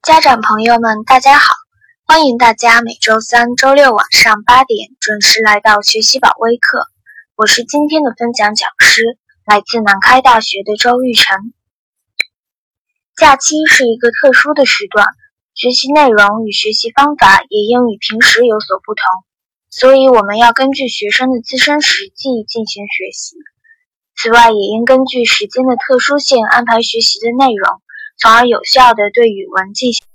家长朋友们，大家好！欢迎大家每周三、周六晚上8点准时来到学习宝微课。我是今天的分享讲师，来自南开大学的周玉晨。假期是一个特殊的时段，学习内容与学习方法也应与平时有所不同，所以我们要根据学生的自身实际进行学习。此外，也应根据时间的特殊性安排学习的内容，从而有效地对语文进行。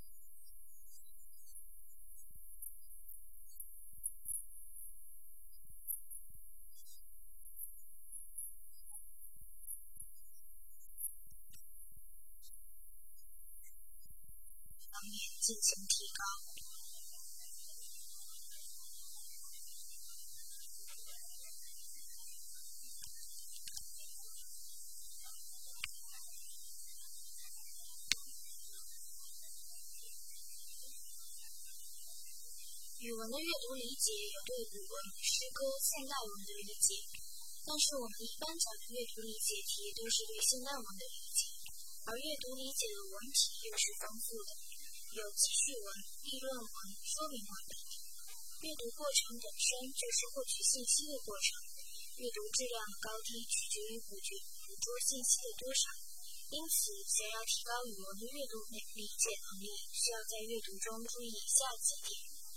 进行提高。语文的阅读理解有对古文、诗歌、现代文的理解，但是我们一般讲的阅读理解题都是对现代文的理解，而阅读理解的文体又是丰富的，有记叙文、议论文、说明文等。阅读过程本身就是获取信息的过程，阅读质量的高低取决于捕捉信息的多少。因此，想要提高语文的阅读理解能力，需要在阅读中注意以下几点。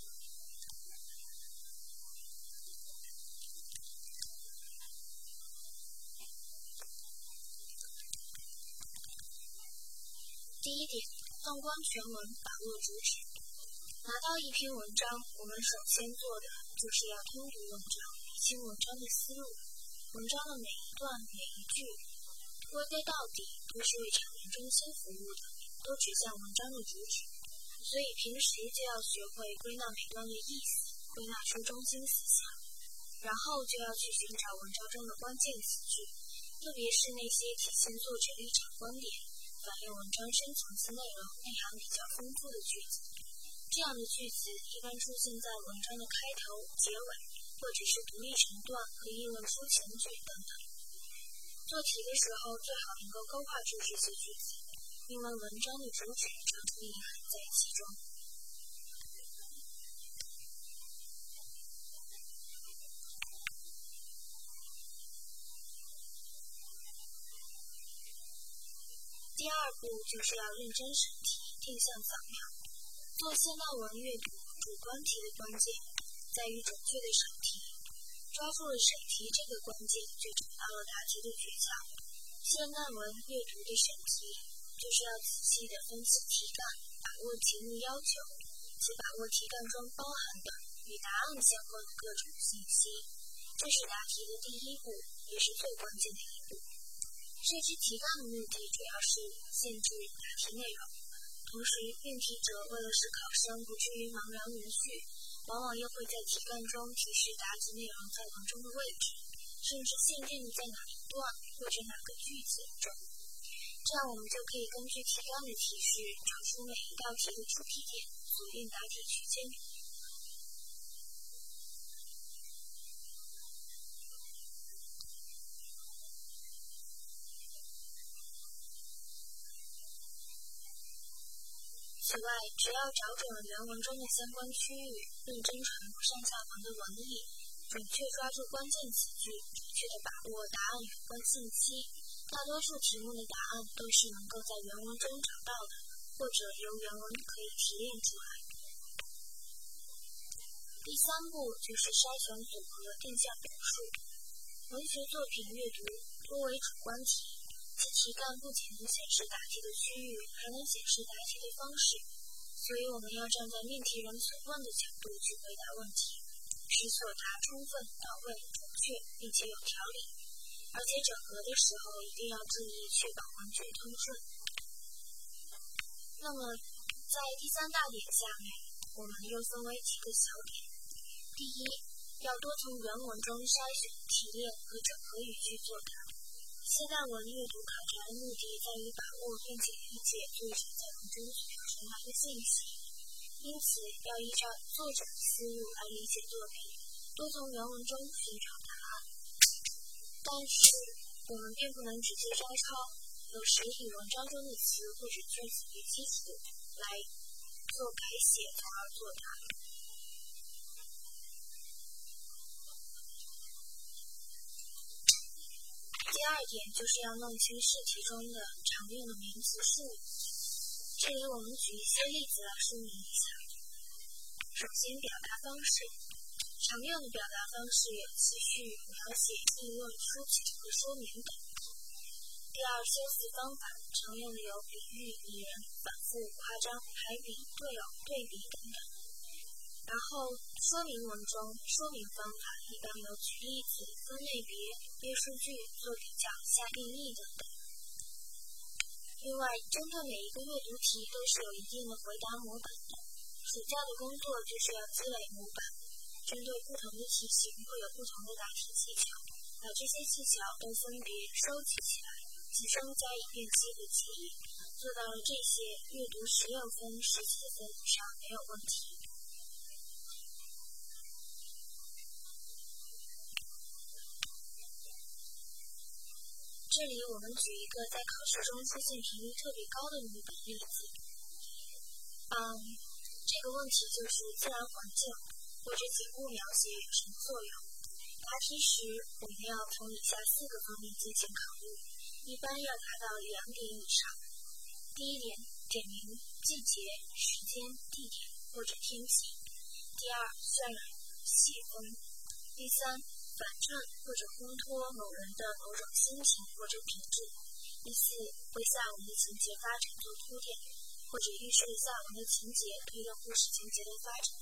第一点，纵观全文，把握主旨。拿到一篇文章，我们首先做的就是要通读文章，理清文章的思路。文章的每一段、每一句，归根到底都是为产品中心服务的，都指向文章的主旨。所以平时就要学会归纳每段的意思，归纳出中心思想，然后就要去寻找文章中的关键词句，特别是那些体现作者立场观点，反映文章深层次内容内涵比较丰富的句子。这样的句子一般出现在文章的开头、结尾，或者是独立成段和议论书前句等等。做题的时候最好能够勾画出这些句子，因为文章的主旨常常隐含在其中。第二步就是要认真审题，定向扫描。做现代文阅读主观题的关键在于准确的审题，抓住了审题这个关键，就找到了答题的诀窍。现代文阅读的审题就是要仔细地分析题干，把握题目要求，及把握题干中包含的与答案相关的各种信息。这是答题的第一步，也是最关键的一步。设置题干的目的主要是限制答题内容，同时命题者为了使考生不至于茫然无序，往往又会在题干中提示答题内容在文中的位置，甚至限定在哪一段或者哪个句子中。这样我们就可以根据题干的提示，找出每一道题的主题点，锁定答题区间。此外，只要找准了原文中的相关区域，认真揣摩上下文的文意，准确抓住关键词句，准确地把握答案有关信息，大多数题目的答案都是能够在原文中找到的，或者由原文可以提炼出来。第三步就是筛选组合定向表述。文学作品阅读多为主观题，其题干不仅能显示答题的区域，还能显示答题的方式，所以我们要站在命题人所问的角度去回答问题，使所答充分、到位、准确，并且有条理。而且整合的时候一定要注意确保文句通顺。那么，在第三大点下面，我们又分为几个小点。第一，要多从原文中筛选、提炼和整合语句作答。现代文阅读考察的目的在于把握并且理解作者在文中所要传达的信息，因此要依照作者的思路来理解作品，多从原文中寻找答案。但是我们并不能直接摘抄，有时以文章中的词或者句子为基础来做改写从而作答。第二点就是要弄清试题中的常用的名词术语。这里我们举一些例子来说明一下。首先，表达方式。常用的表达方式有记叙、描写、议论、抒情和说明等。第二，修辞方法。常用的有比喻、拟人、反复、夸张、排比、对偶、对比等等。然后，说明文中说明方法一般有举例子、分类别、列数据、做比较、下定义等等。另外，针对每一个阅读题都是有一定的回答模板的。暑假的工作就是要积累模板，针对不同的题型会有不同的答题技巧，把这些技巧都分别收集起来，集中加以辨析和记忆，做到了这些，阅读16分、17分以上没有问题。这里我们举一个在考试中出现频率特别高的模板例子。这个问题就是自然环境或者景物描写有什么作用？答题时我们要从以下4个方面进行考虑，一般要达到2点以上。第一点，点名季节、时间、地点或者天气。第二，渲染气氛。第三，反衬或者烘托某人的某种心情或者品质。第四，为下文的情节发展做铺垫，或者预示下文的情节推动故事情节的发展。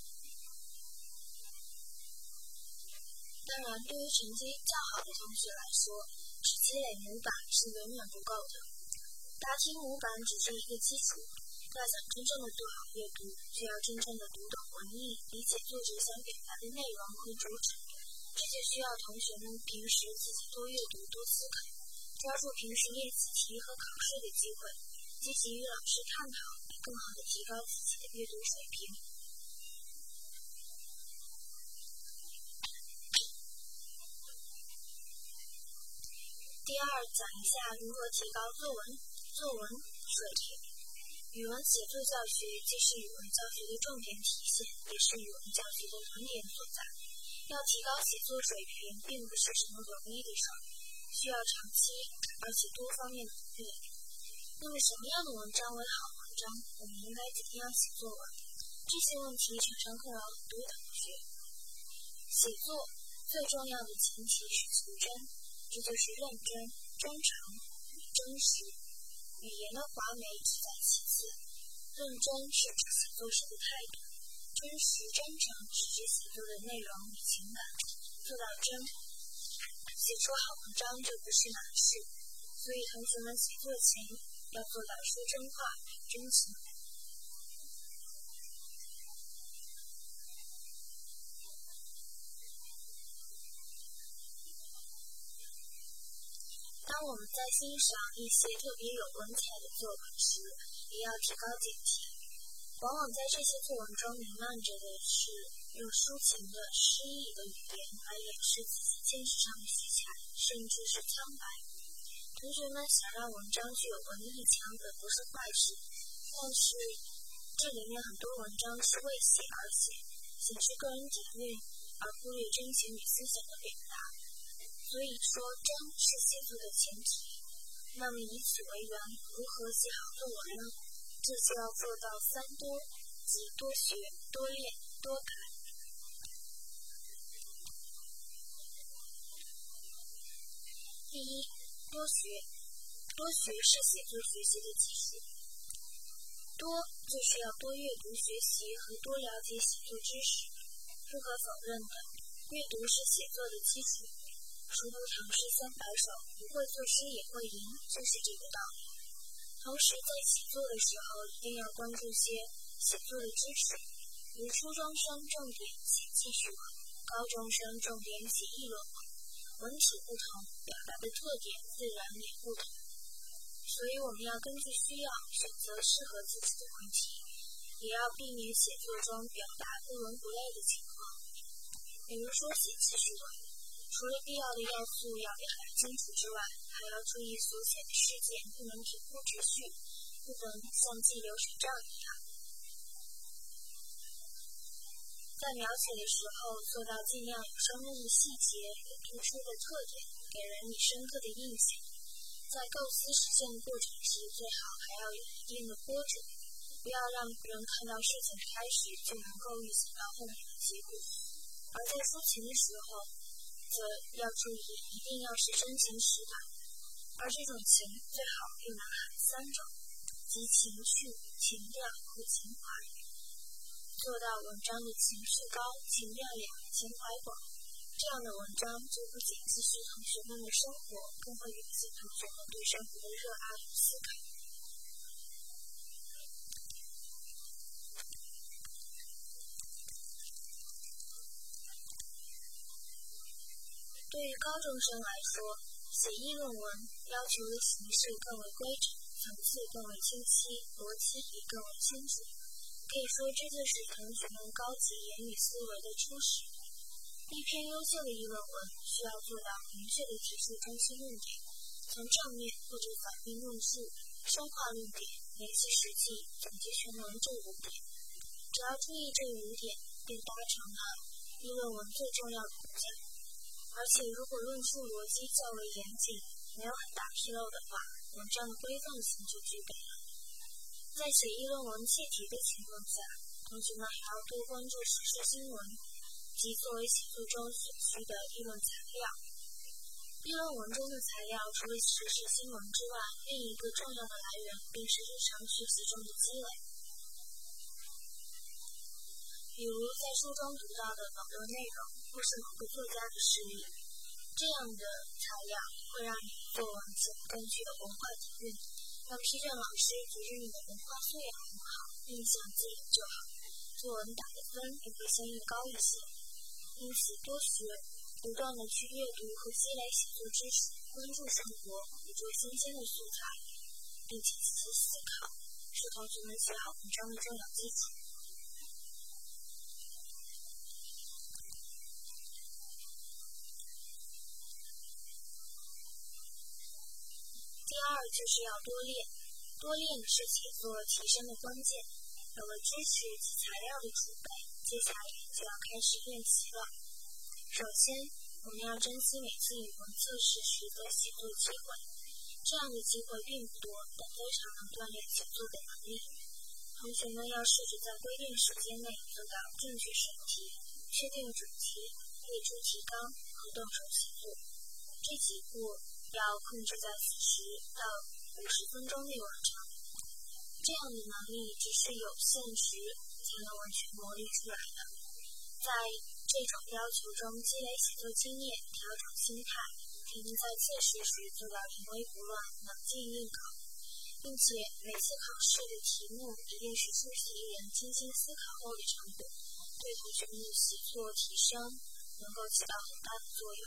当然，对于成绩较好的同学来说，只积累模板是远远不够的。答题模板只是一个基础，要想真正的做好阅读，就要真正的读懂文意，理解作者想表达的内容和主旨。这就需要同学们平时自己多阅读、多思考，抓住平时练习题和考试的机会，积极与老师探讨，以更好地提高自己的阅读水平。第二，讲一下如何提高作文水平。语文写作教学既是语文教学的重点体现，也是语文教学的难点所在。要提高写作水平并不是什么容易的事儿，需要长期而且多方面的努力。那么什么样的文章为好文章？我们应该怎样写作文？这些问题常常困扰很多同学。写作最重要的前提是求真，这就是认真、真诚与真实。语言的华美只在其次，认真是指写作时的态度，真实真诚是指写作的内容与情感。做到真，写出好文章就不是难事，所以同学们写作前要做到说真话与真情。当我们在欣赏一些特别有文采的作文时，也要提高警惕。往往在这些作文中弥漫着的是用抒情的诗意的语言来掩饰自己见识上的虚假，甚至是苍白。同学们想让文章具有文艺腔本不是坏事，但是这里面很多文章是为写而写，显示个人底蕴，而忽略真情与思想的表达。所以说真是写作的前提。那么以此为源，如何写好作文呢？就是要做到3多，即多学、多练、多改。第一，多学。多学是写作学习的基础。多就是要多阅读学习和多了解写作知识。不可否认的，阅读是写作的基础。书不尝试300首，不会作诗也会吟，就是这个道理。同时在写作的时候一定要关注些写作的知识，如初中生重点写记叙文，高中生重点写议论文。文体不同，表达的特点自然也不同。所以我们要根据需要选择适合自己的问题，也要避免写作中表达不伦不类的情况。比如说写记叙文，除了必要的要素要表达清楚之外，还要注意所写的事件不能平铺直叙，不能像记流水账一样。 在描写的时候做到尽量有生动的细节，有突出的特点，给人以深刻的印象。在构思实现的过程时，最好还要有一定的波折，不要让人看到事情开始就能够预想到后面的结果。而在抒情的时候，则要注意一定要是真情实感，而这种情最好蕴含3种，即情绪、情调和情怀。做到文章的情绪高、情调雅、情怀广，这样的文章就不仅继续同学们的生活，更会引起同学们对生活的热爱与思考。对于高中生来说，写议论文要求的形式更为规整，层次更为清晰，逻辑也更为清楚。可以说，这就是同学们高级言语思维的初始。一篇优秀的议论文需要做到明确地提出中心论点，从正面或者反面论述，深化论点，联系实际，总结全文这5点。只要注意这5点，便达成了议论文最重要的部分。而且，如果论述逻辑较为严谨，没有很大纰漏的话，文章的规范性就具备了。在写议论文切题的情况下，同学们还要多关注时事新闻，即作为写作中所需的议论材料。议论文中的材料除了时事新闻之外，另一个重要的来源便是日常学习中的积累。比如在书中读到的某个内容，或是某个作家的事例，这样的材料会让你作文显得更具有文化底蕴，让批卷老师觉着你的文化素养很好，印象自然就好，作文打的分也会相应高一些。因此，多学，不断地去阅读和积累写作知识，关注生活，捕捉新鲜的素材，并且积极思考，是同学们写好文章的重要基础。第二就是要多练，多练是写作提升的关键。有了知识及材料的储备，接下来就要开始练习了。首先，我们要珍惜每次语文测试时的写作机会，这样的机会并不多，但非常能锻炼写作的能力。同学们要试着在规定时间内做到正确审题、确定主题、列出提纲和动手写作。这几步要控制在40到50分钟内完成。这样的能力只是有限时才能完全磨砺出来的。在这种要求中积累写作经验，调整心态，才能在切实时做到临危不乱、冷静应考，并且每次考试的题目一定是出题人精心思考后的成果，对同学们的写作提升能够起到很大的作用。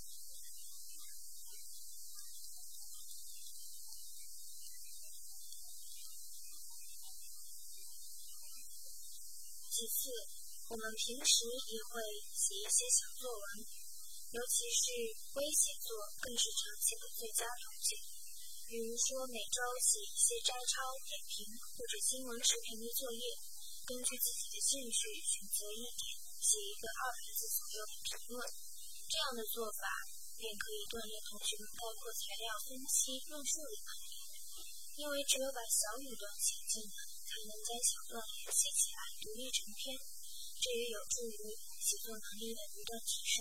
其次，我们平时也会写一些小作文，尤其是微写作更是长期的最佳途径。比如说每周写一些摘抄、点评或者新闻时评的作业，根据自己的兴趣选择一点，写一个200字左右的评论。这样的做法便可以锻炼同学们概括材料分析、论述的能力。因为只有把小语段写进来，才能将小段联系起来，独立成篇，这也有助于写作能力的不断提升。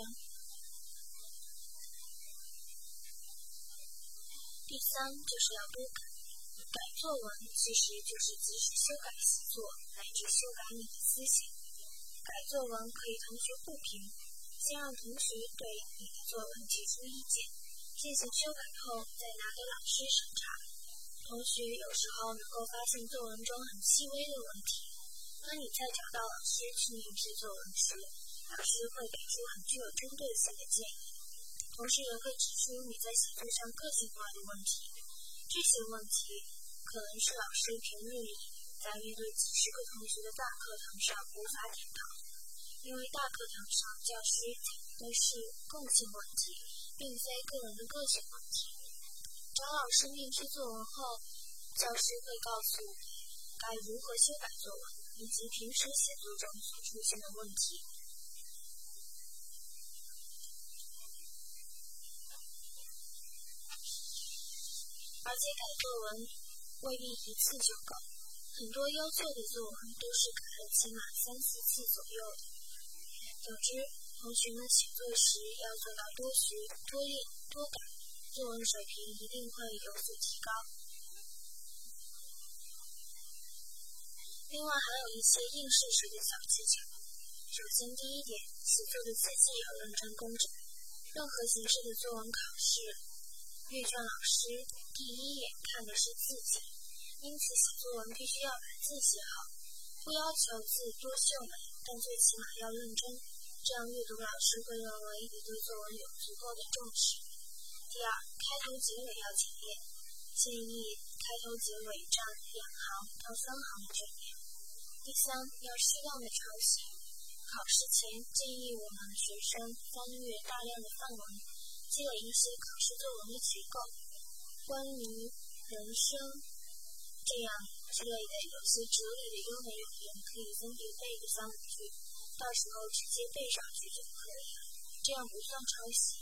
第三就是要多改，改作文其实就是及时修改习作，乃至修改你的思想。改作文可以同学互评，先让同学对你的作文提出意见，进行修改后再拿给老师审查。同学有时候能够发现作文中很细微的问题，当你再找到老师去面试作文时，老师会给出很具有针对性的建议，同时也会指出你在写作上个性化的问题。这些问题可能是老师平日里在面对几十个同学的大课堂上无法点到，因为大课堂上教师讲的是共性问题，并非个人的个性问题。找老师面试作文后，教师会告诉你该如何修改作文，以及平时写作中所出现的问题。而且改作文未必一次就够，很多优秀的作文都是改了起码3-4次左右的。总之，同学们写作时要做到多学、多练、多改，作文水平一定会有所提高。另外还有一些应试时的小技巧。首先第一点，写作的字迹要认真工整。任何形式的作文考试，阅卷老师第一眼看的是字迹，因此写作文必须要把字写好，不要求字多秀美，但最起码要认真，这样阅读老师会认为你对作文有足够的重视。第二，开头结尾要简练，建议开头结尾占2行到3行的卷面。第三，要适当的抄袭。考试前建议我们学生翻阅大量的范文，积累一些考试作文的结构，关于人生这样之类的有些哲理的优美语言可以分别背个3-5句，到时候直接背上去就可以了，这样不算抄袭。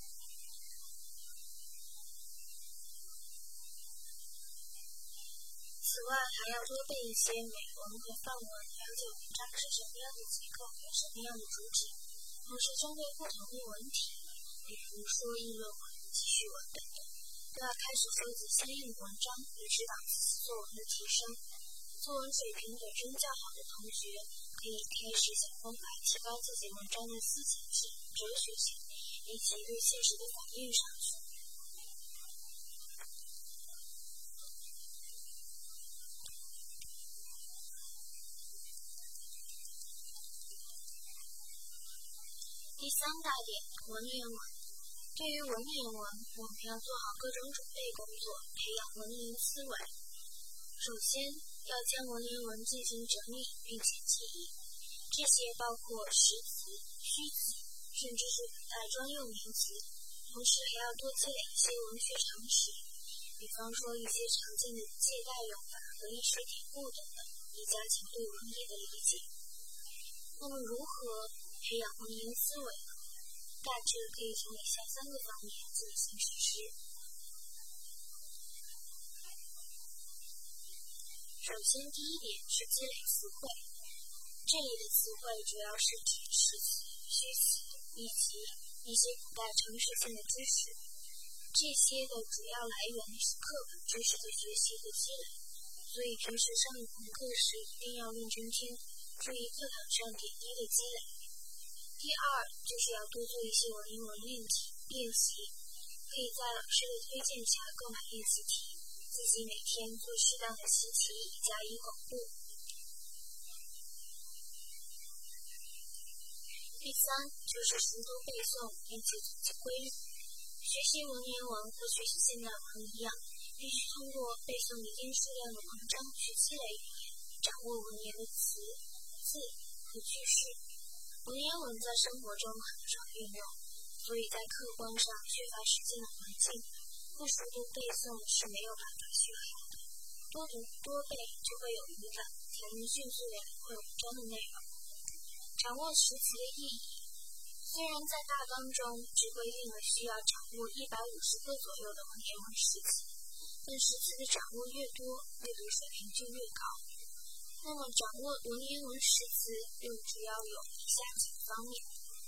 此外，还要多背一些美文和范文，了解文章是什么样的结构，有什么样的主旨，同时针对不同的文体，比如说议论文、记叙文等等，都要开始收集相应的文章，以指导自己作文的提升。作文水平本身较好的同学，可以开始想方法提高自己文章的思想性、哲学性，以及对现实的反应上去。第三大点，文言文。对于文言文，我们要做好各种准备工作，培养文言思维。首先，要将文言文进行整理并且记忆，这些包括实词、虚词，甚至是古代专用名词。同时还要多积累一些文学常识，比方说一些常见的借代用法和历史典故等等，以加强对文意的理解。那么如何培养文言思维呢？大致可以从以下3个方面进行实施。首先，第一点是积累词汇。这里的词汇主要是指实词、虚词以及一些古代常识性的知识。这些的主要来源是课本知识的学习和积累，所以平时上语文课时一定要认真听，注意课堂上点滴的积累。第二，就是要多做一些文言文练习，可以在老师的推荐下购买练习题，自己每天做适当的习题以加以巩固。第三，就是熟读背诵并且总结规律。学习文言文和学习现代文一样，必须通过背诵一定数量的文章去积累语言，掌握文言的词、字和句式。文言文在生活中很少运用，所以在客观上缺乏实践的环境，不熟读背诵是没有办法学好的。多读多背就会有语感，才能迅速地领会文章的内容。掌握实词的意义。虽然在大纲中只规定了需要掌握150个左右的文言文实词，但实词的掌握越多，阅读水平就越高。那么掌握文言文实词又主要有以下几个方面。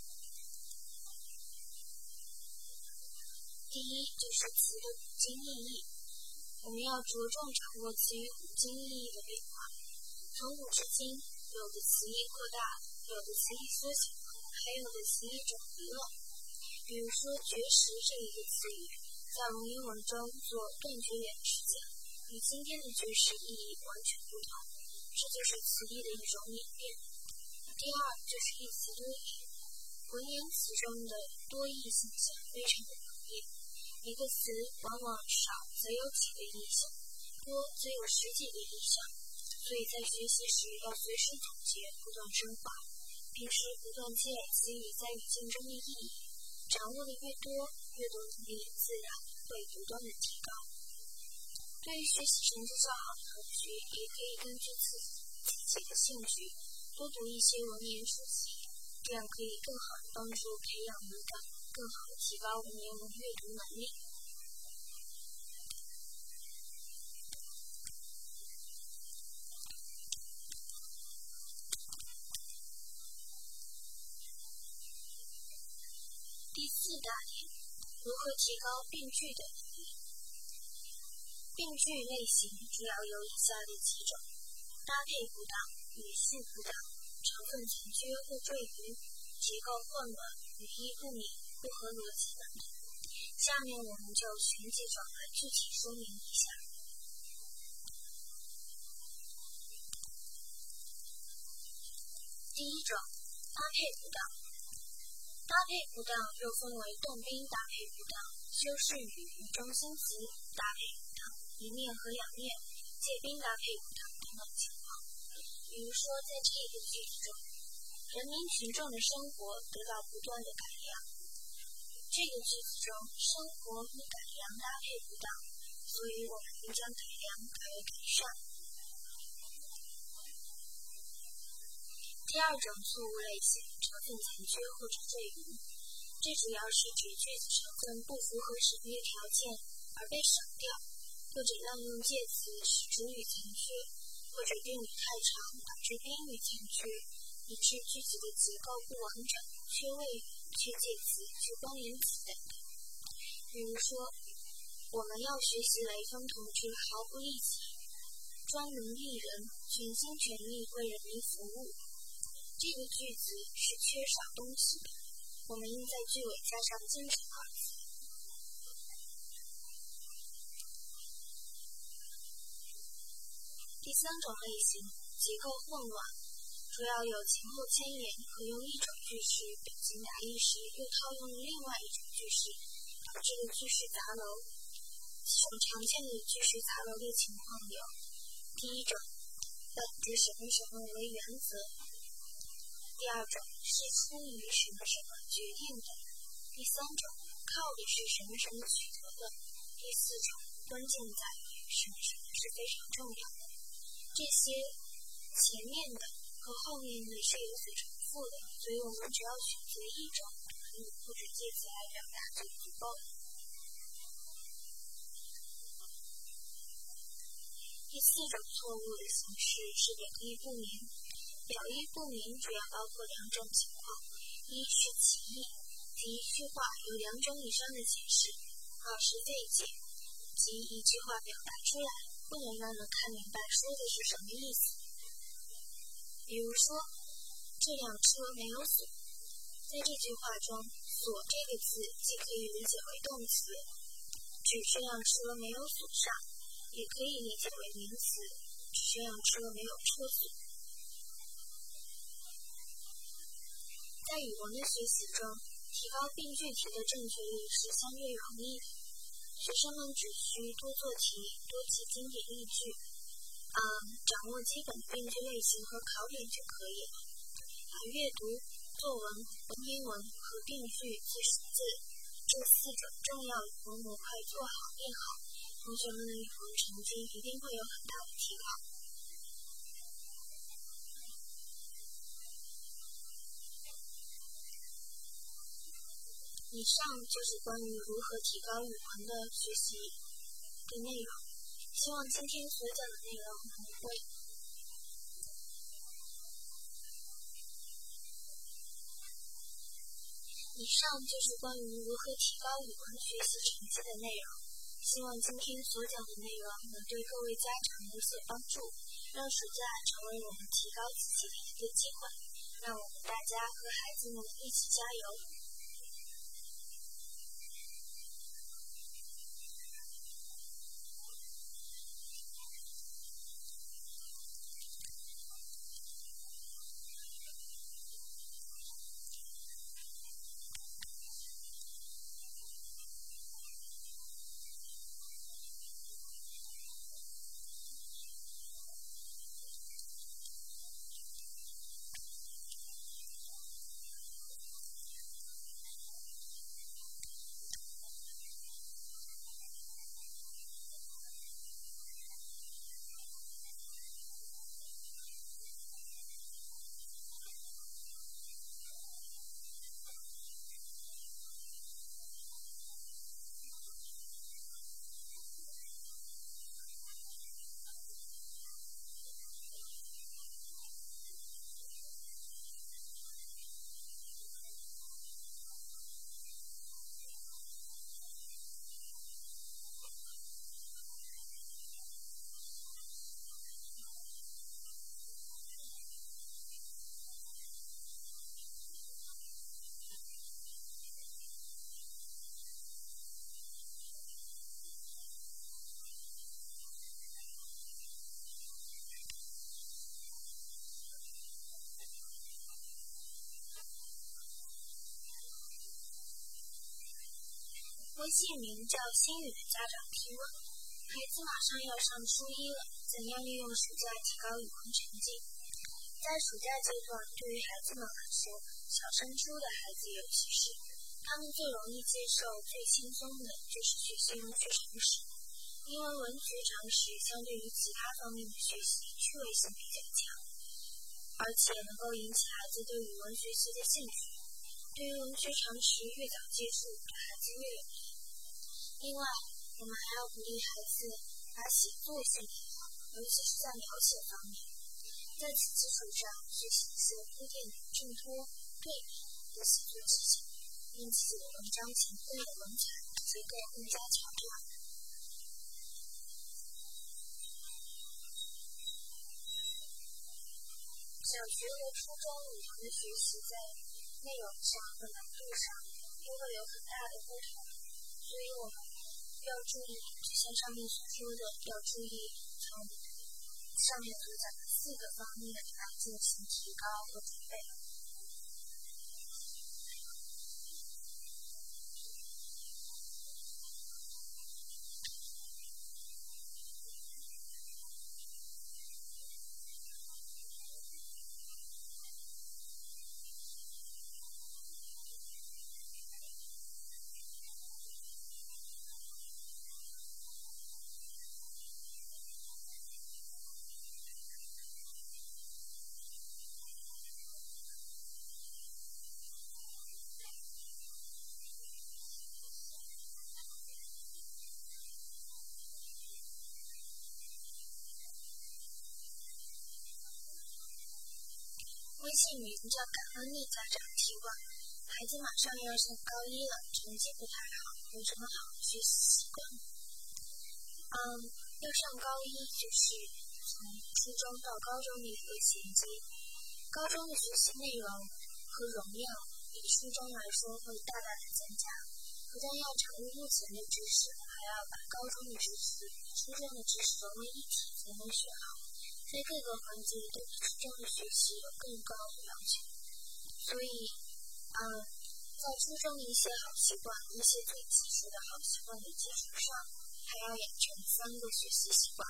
第一，就是词的古今意义。我们要着重掌握词语古今意义的变化。从古至今，有的词义扩大，有的词义缩小，还有的词义转移了。比如说绝食这一个词语，在文言文中做断绝粮食讲，与今天的绝食意义完全不同，这就是词义的一种演变。第二，就是一词多义。文言词中的多义现象非常的普遍，一个词往往少则有几个意象，多则有10几个意象，所以在学习时要随时总结，不断深化，平时不断积累词语在语境中的意义，掌握的越多，阅读能力自然会不断的提高。对对于学习成绩较好的同学，也可以根据自己的兴趣多读一些文言书籍，这样可以更好地帮助培养语感，更好地提高文言文阅读能力。第4大点，如何提高病句的能力。病句类型主要有以下的几种：搭配不当、语序不当、成分残缺或赘余、结构混乱、语义不明、不合逻辑等等。下面我们就选几种来具体说明一下。第一种，搭配不当。搭配不当又分为动宾搭配不当、修饰语与中心词搭配不当、一面和两面、借宾搭配不当等等情况。比如说，在这个句子中，人民群众的生活得到不断的改良。这个句子中，生活与改良搭配不当，所以我们应将改良改为改善。第二种错误类型，成分残缺或者赘余，这主要是指句子成分不符合使用条件而被省掉，或者滥用介词使主语残缺，或者宾语太长导致宾语残缺，以致句子的结构不完整，缺谓语、缺介词、缺关联词等等。比如说，我们要学习雷锋同志毫不利己，专能利人，全心全力为人民服务。这个句子是缺少东西的，我们应在句尾加上精神二字。第三种类型，结构混乱，主要有前后牵连和用一种句式表情达意时又套用了另外一种句式，导致了句式杂糅。几种常见的句式杂糅的情况有：第一种，本着什么什么为原则；第二种，是出于什么什么决定的；第三种，靠的是什么什么取得的；第四种，关键在于什么什么是非常重要的。这些前面的和后面的是有所重复的，所以我们只要选择一种短语或者介词来表达就足够了。第四种错误的形式是表意不明。表意不明主要包括两种情况：一是歧义，即一句话有两种以上的解释；二是废解，即一句话表达出来不能让人看明白说的是什么意思。比如说，这辆车没有锁。在这句话中，锁这个字既可以理解为动词，指这辆车没有锁上，也可以理解为名词，指这辆车没有车锁。在语文的学习中，提高病句题的正确率是相对容易的。学生们只需多做题，多记经典例句，掌握基本的病句类型和考点就可以了。把阅读、作文、文言文和病句记识字这4种重要语文模块做好练好，同学们的语文成绩一定会有很大的提高。以上就是关于如何提高语文的学习的内容，希望今天所讲的内容能对。以上就是关于如何提高语文学习成绩的内容，希望今天所讲的内容能对各位家长有所帮助，让暑假成为我们提高自己的一个机会。让我们大家和孩子们一起加油。 微信名叫心语的家长提问：孩子马上要上初一了，怎样利用暑假提高语文成绩？在暑假阶段，对于孩子们来说，小升初的孩子尤其是，他们最容易接受、最轻松的就是学习文学常识，因为文学常识相对于其他方面的学习趣味性比较强，而且能够引起孩子对语文学习的兴趣。对于文学常识越早接触，对孩子越有利。另外，我们还要鼓励孩子把写作训练好，尤其是在描写方面。在此基础上，学习一些铺垫、衬托、对比的写作技巧，令自己的文章前更有文采，结构更加巧妙。小学和初中语文的学习在内容上和难度上都会有很大的不同，所以我们要注意，就像上面所说的，要注意从上面所讲的4个方面来进行提高和准备。微信名叫感恩的家长提问：孩子马上要上高一了，成绩不太好，有什么好的学习习惯？要上高一就是从初中到高中的一个衔接。高中的学习内容和容量比初中来说会大大的增加，不但要掌握目前的知识，还要把高中的知识与初中的知识融为一体才能学好，在各个环节都比初中的学习有更高的要求。所以在初中的一些好习惯，一些最基础的好习惯的基础上，还要养成3个学习习惯。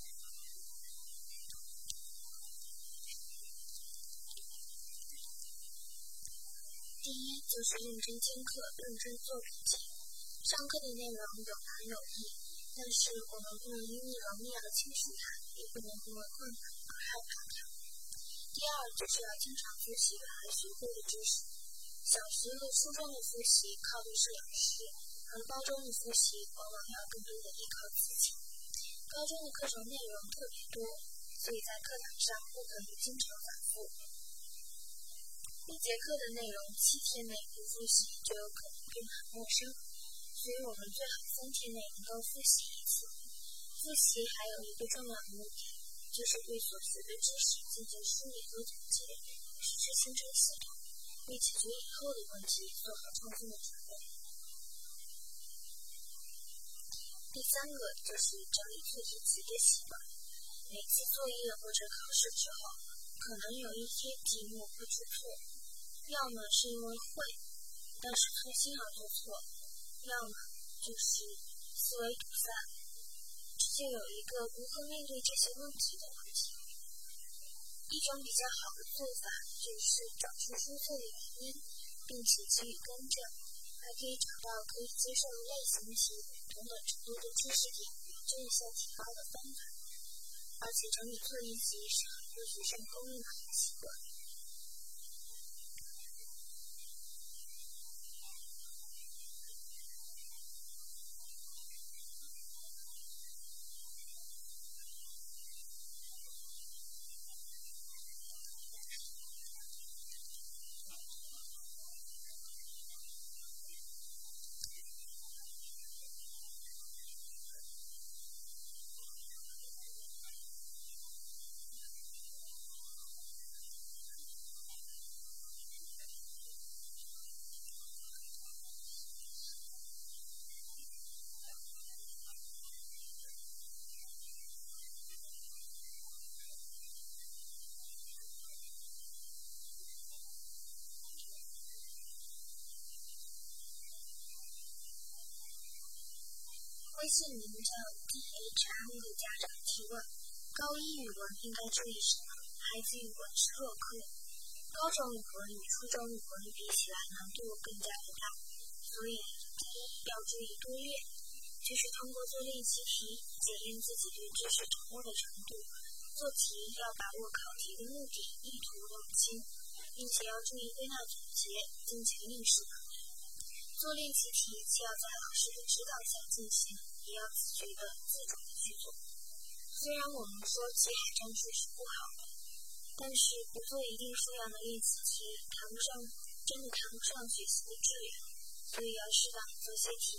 第一，就是认真听课，认真做笔记。上课的内容有难有易，但是我们不能因为容易而轻视它，也不能因为困难而害怕它。第二，就是要经常复习原来学过的知识。小学和初中的复习靠的是老师，而高中的复习往往要更多的依靠自己。高中的课程内容特别多，所以在课堂上不可以经常反复。1节课的内容7天内不复习就有可能变很陌生，所以我们最好3天内能够复习1次。复习还有一个重要的目的，就是对所学的知识进行梳理和总结，使之形成系统，为解决以后的问题做好充分的准备。第3个就是整理错题集的习惯。每次作业或者考试之后，可能有一些题目会出错，要么是因为会，但是粗心而做错，要么就是思维堵塞，这就有一个如何面对这些问题的问题。一种比较好的做法就是找出出错的原因，并且给予更正，还可以找到可以接受的类型题等等程度的知识点与正向提高的方法。而且整理作业集是很多学生公认的好习惯。 微信名叫 DHM 的家长提问：高一语文应该注意什么？孩子语文是弱科，高中语文与初中语文比起来难度更加的大，所以第一要注意多练，就是通过做练习题检验自己对知识掌握的程度。做题要把握考题的目的、意图用心，并且要注意归纳总结，增强应试能力。做练习题既要在老师的指导下进行，也要自觉的、自主的去做。虽然我们说题海战术是不好的，但是不做一定数量的练习题，真的谈不上学习的质量，所以要适当做些题。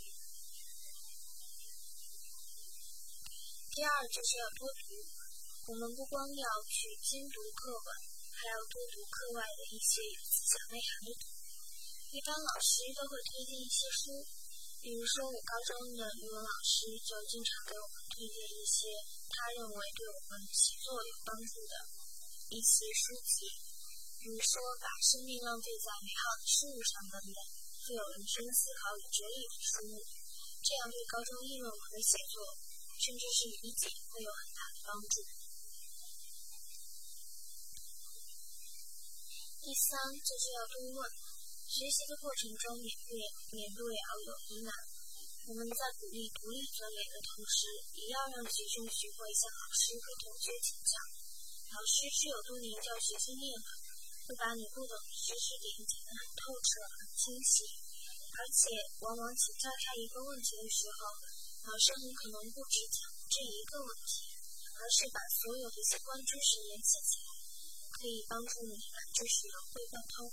第二就是要多读，我们不光要去精读课文，还要多读课外的一些有思想内涵的读物。一般老师都会推荐一些书，比如说我高中的语文老师就经常给我们推荐一些他认为对我们习作有帮助的一些书籍，比如说把生命浪费在美好的事物上的人，富有人生思考与哲理的书目，这样对高中议论文的写作甚至是理解会有很大的帮助。第三就是要多问，学习的过程中免不了有疑难，我们在鼓励独立钻研的同时，也要让学生学会向老师和同学请教。老师是有多年教学经验的，会把你不懂的知识点讲得很透彻、很清晰，而且往往请教他一个问题的时候，老师很可能不只讲这一个问题，而是把所有的相关知识联系起来，可以帮助你把知识融会贯通。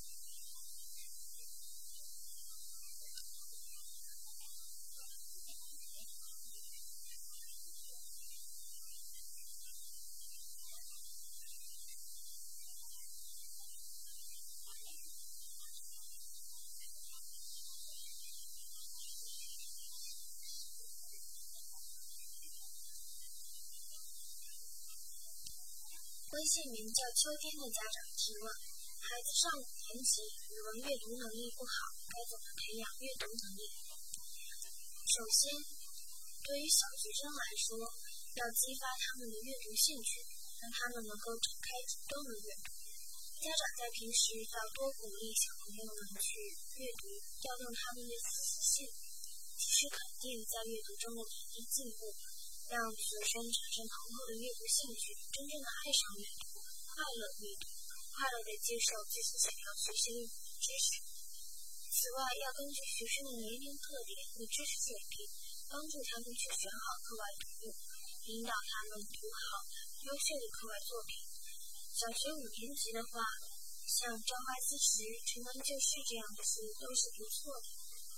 微信名叫秋天的家长提问：孩子上5年级，语文阅读能力不好，该怎么培养阅读能力？首先，对于小学生来说，要激发他们的阅读兴趣，让他们能够展开主动的阅读。家长在平时要多鼓励小朋友们去阅读，调动他们的积极性，及时肯定在阅读中的点滴进步，让学生产生浓厚的阅读兴趣，真正的爱上阅读，快乐阅读，快乐地接受自己想要学习的语文知识。此外，要根据学生的年龄特点和知识水平，帮助他们去选好课外读物，引导他们读好优秀的课外作品。小学5年级的话，像《朝花夕拾》《城南旧事》这样的书都是不错的。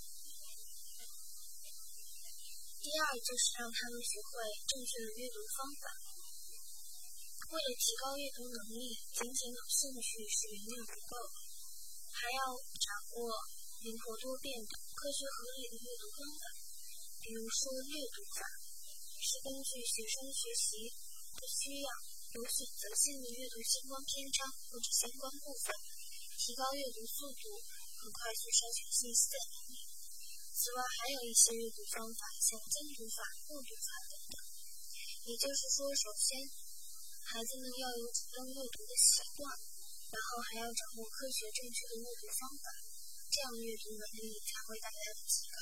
第二就是让他们学会正确的阅读方法。为了提高阅读能力，仅仅有兴趣是远远不够的，还要掌握灵活多变的、科学合理的阅读方法。比如说阅读法，是根据学生学习的需要，有选择性的阅读相关篇章或者相关部分，提高阅读速度和快速筛选信息的能力。此外，还有一些阅读方法，像精读法、默读法等等。也就是说，首先，孩子们要有主动阅读的习惯，然后还要掌握科学正确的阅读方法，这样阅读能力才会大大的提高。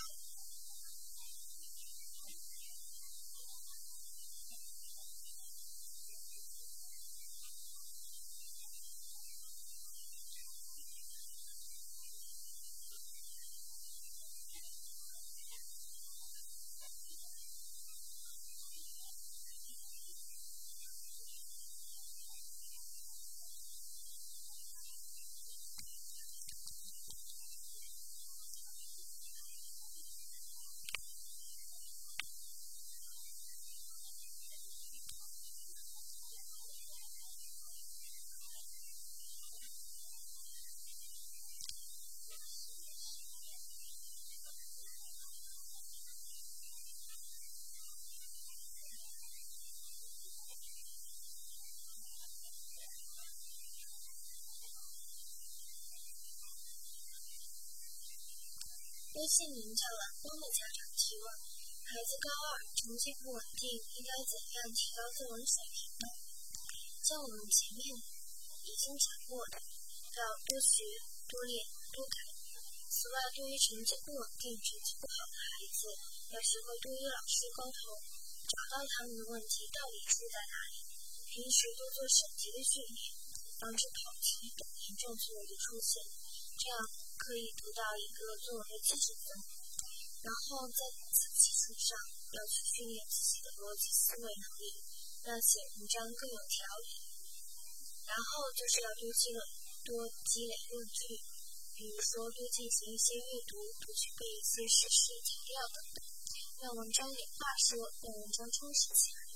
微信名叫懒风的家长提问： 孩子高二，成绩不稳定，应该怎样提高作文水平呢？像我们前面已经讲过的，要多学、多练、多改。此外，对于成绩不稳定、成绩不好的孩子，要学会多与老师沟通，找到他们的问题到底出在哪里。平时多做审题的训练，防止跑题等严重错误的出现，这样可以得到一个作文的基础分。然后在此基础上，要去训练自己的逻辑思维能力，让写文章更有条理。然后就是要多积累论据，比如说多进行一些阅读，多去背一些事实材料等等，让文章有话说，让文章充实起来。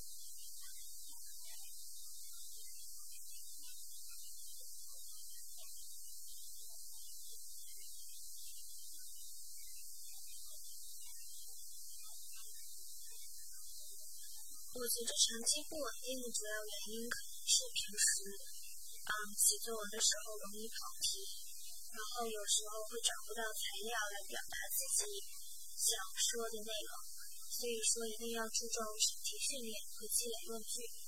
我觉得成绩不稳定的主要原因可能是平时写作文的时候容易跑题，然后有时候会找不到材料来表达自己想说的内容，所以说一定要注重审题训练和积累论据。